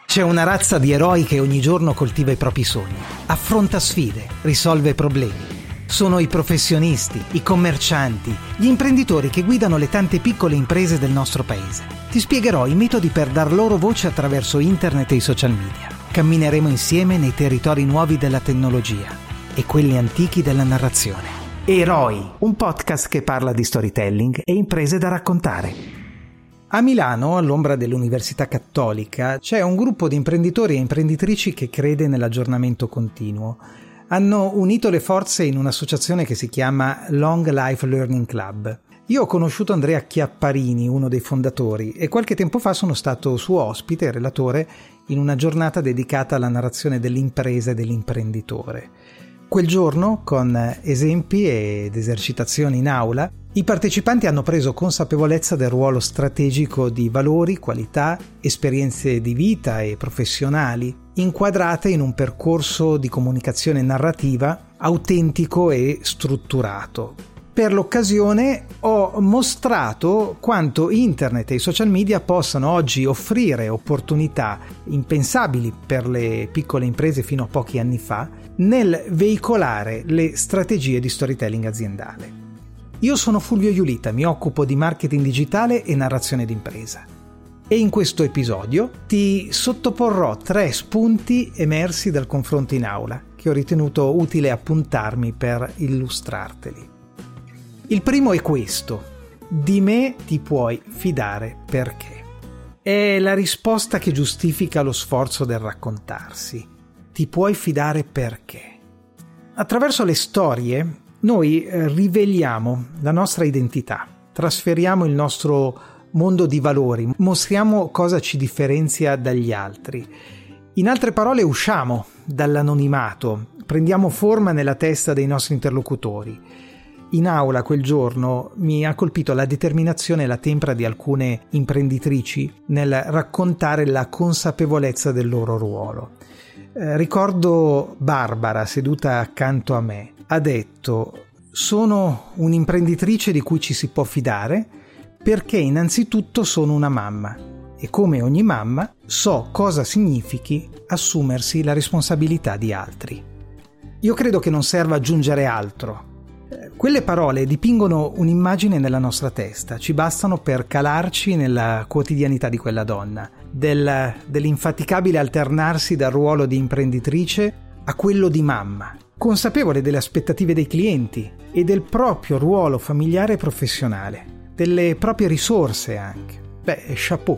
C'è una razza di eroi che ogni giorno coltiva i propri sogni, affronta sfide, risolve problemi. Sono i professionisti, i commercianti, gli imprenditori che guidano le tante piccole imprese del nostro paese. Ti spiegherò i metodi per dar loro voce attraverso internet e i social media. Cammineremo insieme nei territori nuovi della tecnologia e quelli antichi della narrazione. Eroi, un podcast che parla di storytelling e imprese da raccontare. A Milano, all'ombra dell'Università Cattolica, c'è un gruppo di imprenditori e imprenditrici che crede nell'aggiornamento continuo. Hanno unito le forze in un'associazione che si chiama Long Life Learning Club. Io ho conosciuto Andrea Chiapparini, uno dei fondatori, e qualche tempo fa sono stato suo ospite e relatore in una giornata dedicata alla narrazione dell'impresa e dell'imprenditore. Quel giorno, con esempi ed esercitazioni in aula, i partecipanti hanno preso consapevolezza del ruolo strategico di valori, qualità, esperienze di vita e professionali, inquadrate in un percorso di comunicazione narrativa autentico e strutturato. Per l'occasione ho mostrato quanto internet e i social media possano oggi offrire opportunità impensabili per le piccole imprese fino a pochi anni fa nel veicolare le strategie di storytelling aziendale. Io sono Fulvio Iulita, mi occupo di marketing digitale e narrazione d'impresa. E in questo episodio ti sottoporrò 3 spunti emersi dal confronto in aula, che ho ritenuto utile appuntarmi per illustrarteli. Il primo è questo: di me ti puoi fidare perché. È la risposta che giustifica lo sforzo del raccontarsi. Ti puoi fidare perché. Attraverso le storie noi riveliamo la nostra identità, trasferiamo il nostro mondo di valori, mostriamo cosa ci differenzia dagli altri. In altre parole, usciamo dall'anonimato, prendiamo forma nella testa dei nostri interlocutori. In aula quel giorno mi ha colpito la determinazione e la tempra di alcune imprenditrici nel raccontare la consapevolezza del loro ruolo. Ricordo Barbara, seduta accanto a me, ha detto: sono un'imprenditrice di cui ci si può fidare perché innanzitutto sono una mamma e come ogni mamma so cosa significhi assumersi la responsabilità di altri. Io credo che non serva aggiungere altro. Quelle parole dipingono un'immagine nella nostra testa, ci bastano per calarci nella quotidianità di quella donna, dell'infaticabile alternarsi dal ruolo di imprenditrice a quello di mamma, consapevole delle aspettative dei clienti e del proprio ruolo familiare e professionale, delle proprie risorse anche. Chapeau.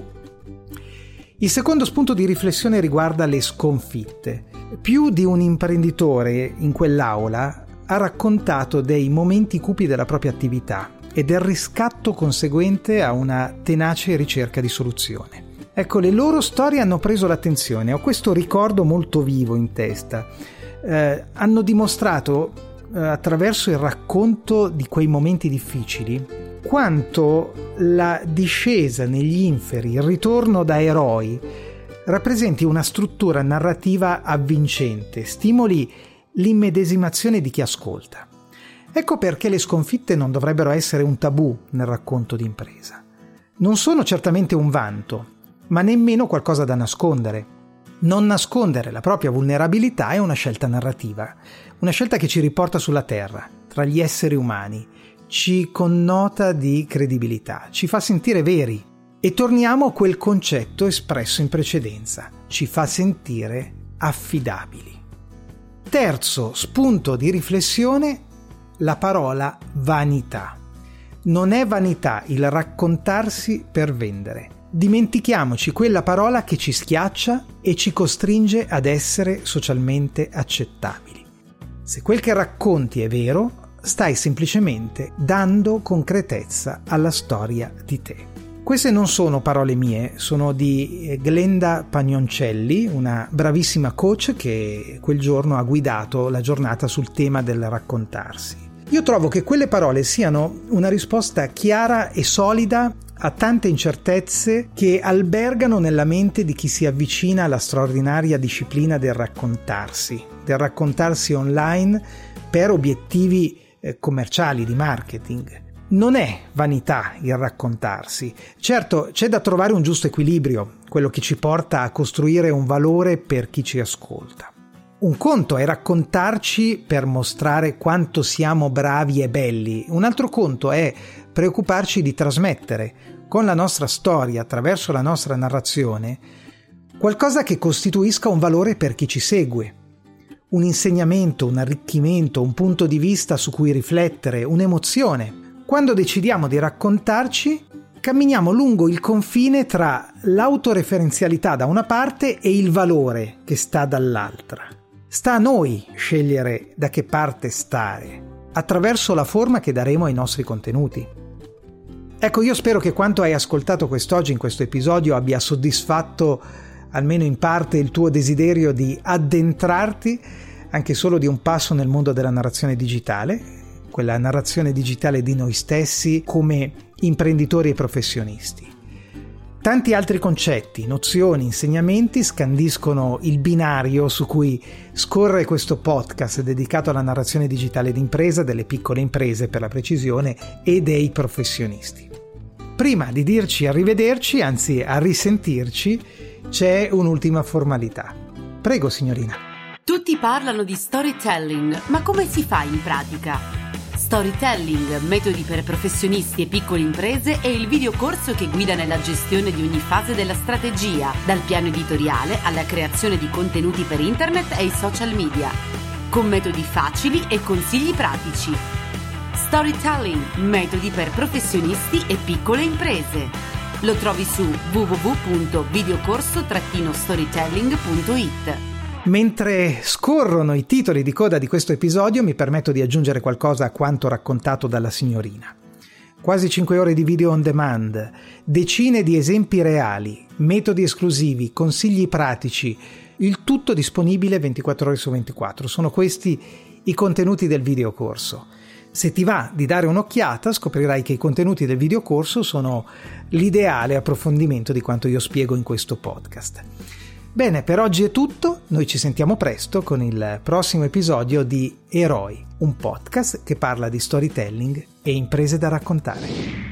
Il secondo spunto di riflessione riguarda le sconfitte. Più di un imprenditore in quell'aula ha raccontato dei momenti cupi della propria attività e del riscatto conseguente a una tenace ricerca di soluzione. Ecco, le loro storie hanno preso l'attenzione, ho questo ricordo molto vivo in testa. Hanno dimostrato, attraverso il racconto di quei momenti difficili, quanto la discesa negli inferi, il ritorno da eroi, rappresenti una struttura narrativa avvincente, stimoli l'immedesimazione di chi ascolta. Ecco perché le sconfitte non dovrebbero essere un tabù nel racconto d'impresa. Non sono certamente un vanto, ma nemmeno qualcosa da nascondere. Non nascondere la propria vulnerabilità è una scelta narrativa, una scelta che ci riporta sulla terra, tra gli esseri umani, ci connota di credibilità, ci fa sentire veri e torniamo a quel concetto espresso in precedenza, ci fa sentire affidabili. Terzo spunto di riflessione, la parola vanità. Non è vanità il raccontarsi per vendere. Dimentichiamoci quella parola che ci schiaccia e ci costringe ad essere socialmente accettabili. Se quel che racconti è vero, stai semplicemente dando concretezza alla storia di te. Queste non sono parole mie, sono di Glenda Pagnoncelli, una bravissima coach che quel giorno ha guidato la giornata sul tema del raccontarsi. Io trovo che quelle parole siano una risposta chiara e solida a tante incertezze che albergano nella mente di chi si avvicina alla straordinaria disciplina del raccontarsi online per obiettivi commerciali, di marketing. Non è vanità il raccontarsi. Certo, c'è da trovare un giusto equilibrio, quello che ci porta a costruire un valore per chi ci ascolta. Un conto è raccontarci per mostrare quanto siamo bravi e belli, un altro conto è preoccuparci di trasmettere, con la nostra storia, attraverso la nostra narrazione, qualcosa che costituisca un valore per chi ci segue. Un insegnamento, un arricchimento, un punto di vista su cui riflettere, un'emozione. Quando decidiamo di raccontarci, camminiamo lungo il confine tra l'autoreferenzialità da una parte e il valore che sta dall'altra. Sta a noi scegliere da che parte stare, attraverso la forma che daremo ai nostri contenuti. Ecco, io spero che quanto hai ascoltato quest'oggi in questo episodio abbia soddisfatto almeno in parte il tuo desiderio di addentrarti anche solo di un passo nel mondo della narrazione digitale, quella narrazione digitale di noi stessi come imprenditori e professionisti. Tanti altri concetti, nozioni, insegnamenti scandiscono il binario su cui scorre questo podcast dedicato alla narrazione digitale d'impresa, delle piccole imprese per la precisione e dei professionisti. Prima di dirci arrivederci, anzi a risentirci, c'è un'ultima formalità. Prego, signorina. Tutti parlano di storytelling, ma come si fa in pratica? Storytelling, metodi per professionisti e piccole imprese è il videocorso che guida nella gestione di ogni fase della strategia, dal piano editoriale alla creazione di contenuti per internet e i social media, con metodi facili e consigli pratici. Storytelling, metodi per professionisti e piccole imprese. Lo trovi su www.videocorso-storytelling.it. Mentre scorrono i titoli di coda di questo episodio, mi permetto di aggiungere qualcosa a quanto raccontato dalla signorina. Quasi 5 ore di video on demand, decine di esempi reali, metodi esclusivi, consigli pratici, il tutto disponibile 24 ore su 24. Sono questi i contenuti del videocorso. Se ti va di dare un'occhiata, scoprirai che i contenuti del videocorso sono l'ideale approfondimento di quanto io spiego in questo podcast. Bene, per oggi è tutto, noi ci sentiamo presto con il prossimo episodio di Eroi, un podcast che parla di storytelling e imprese da raccontare.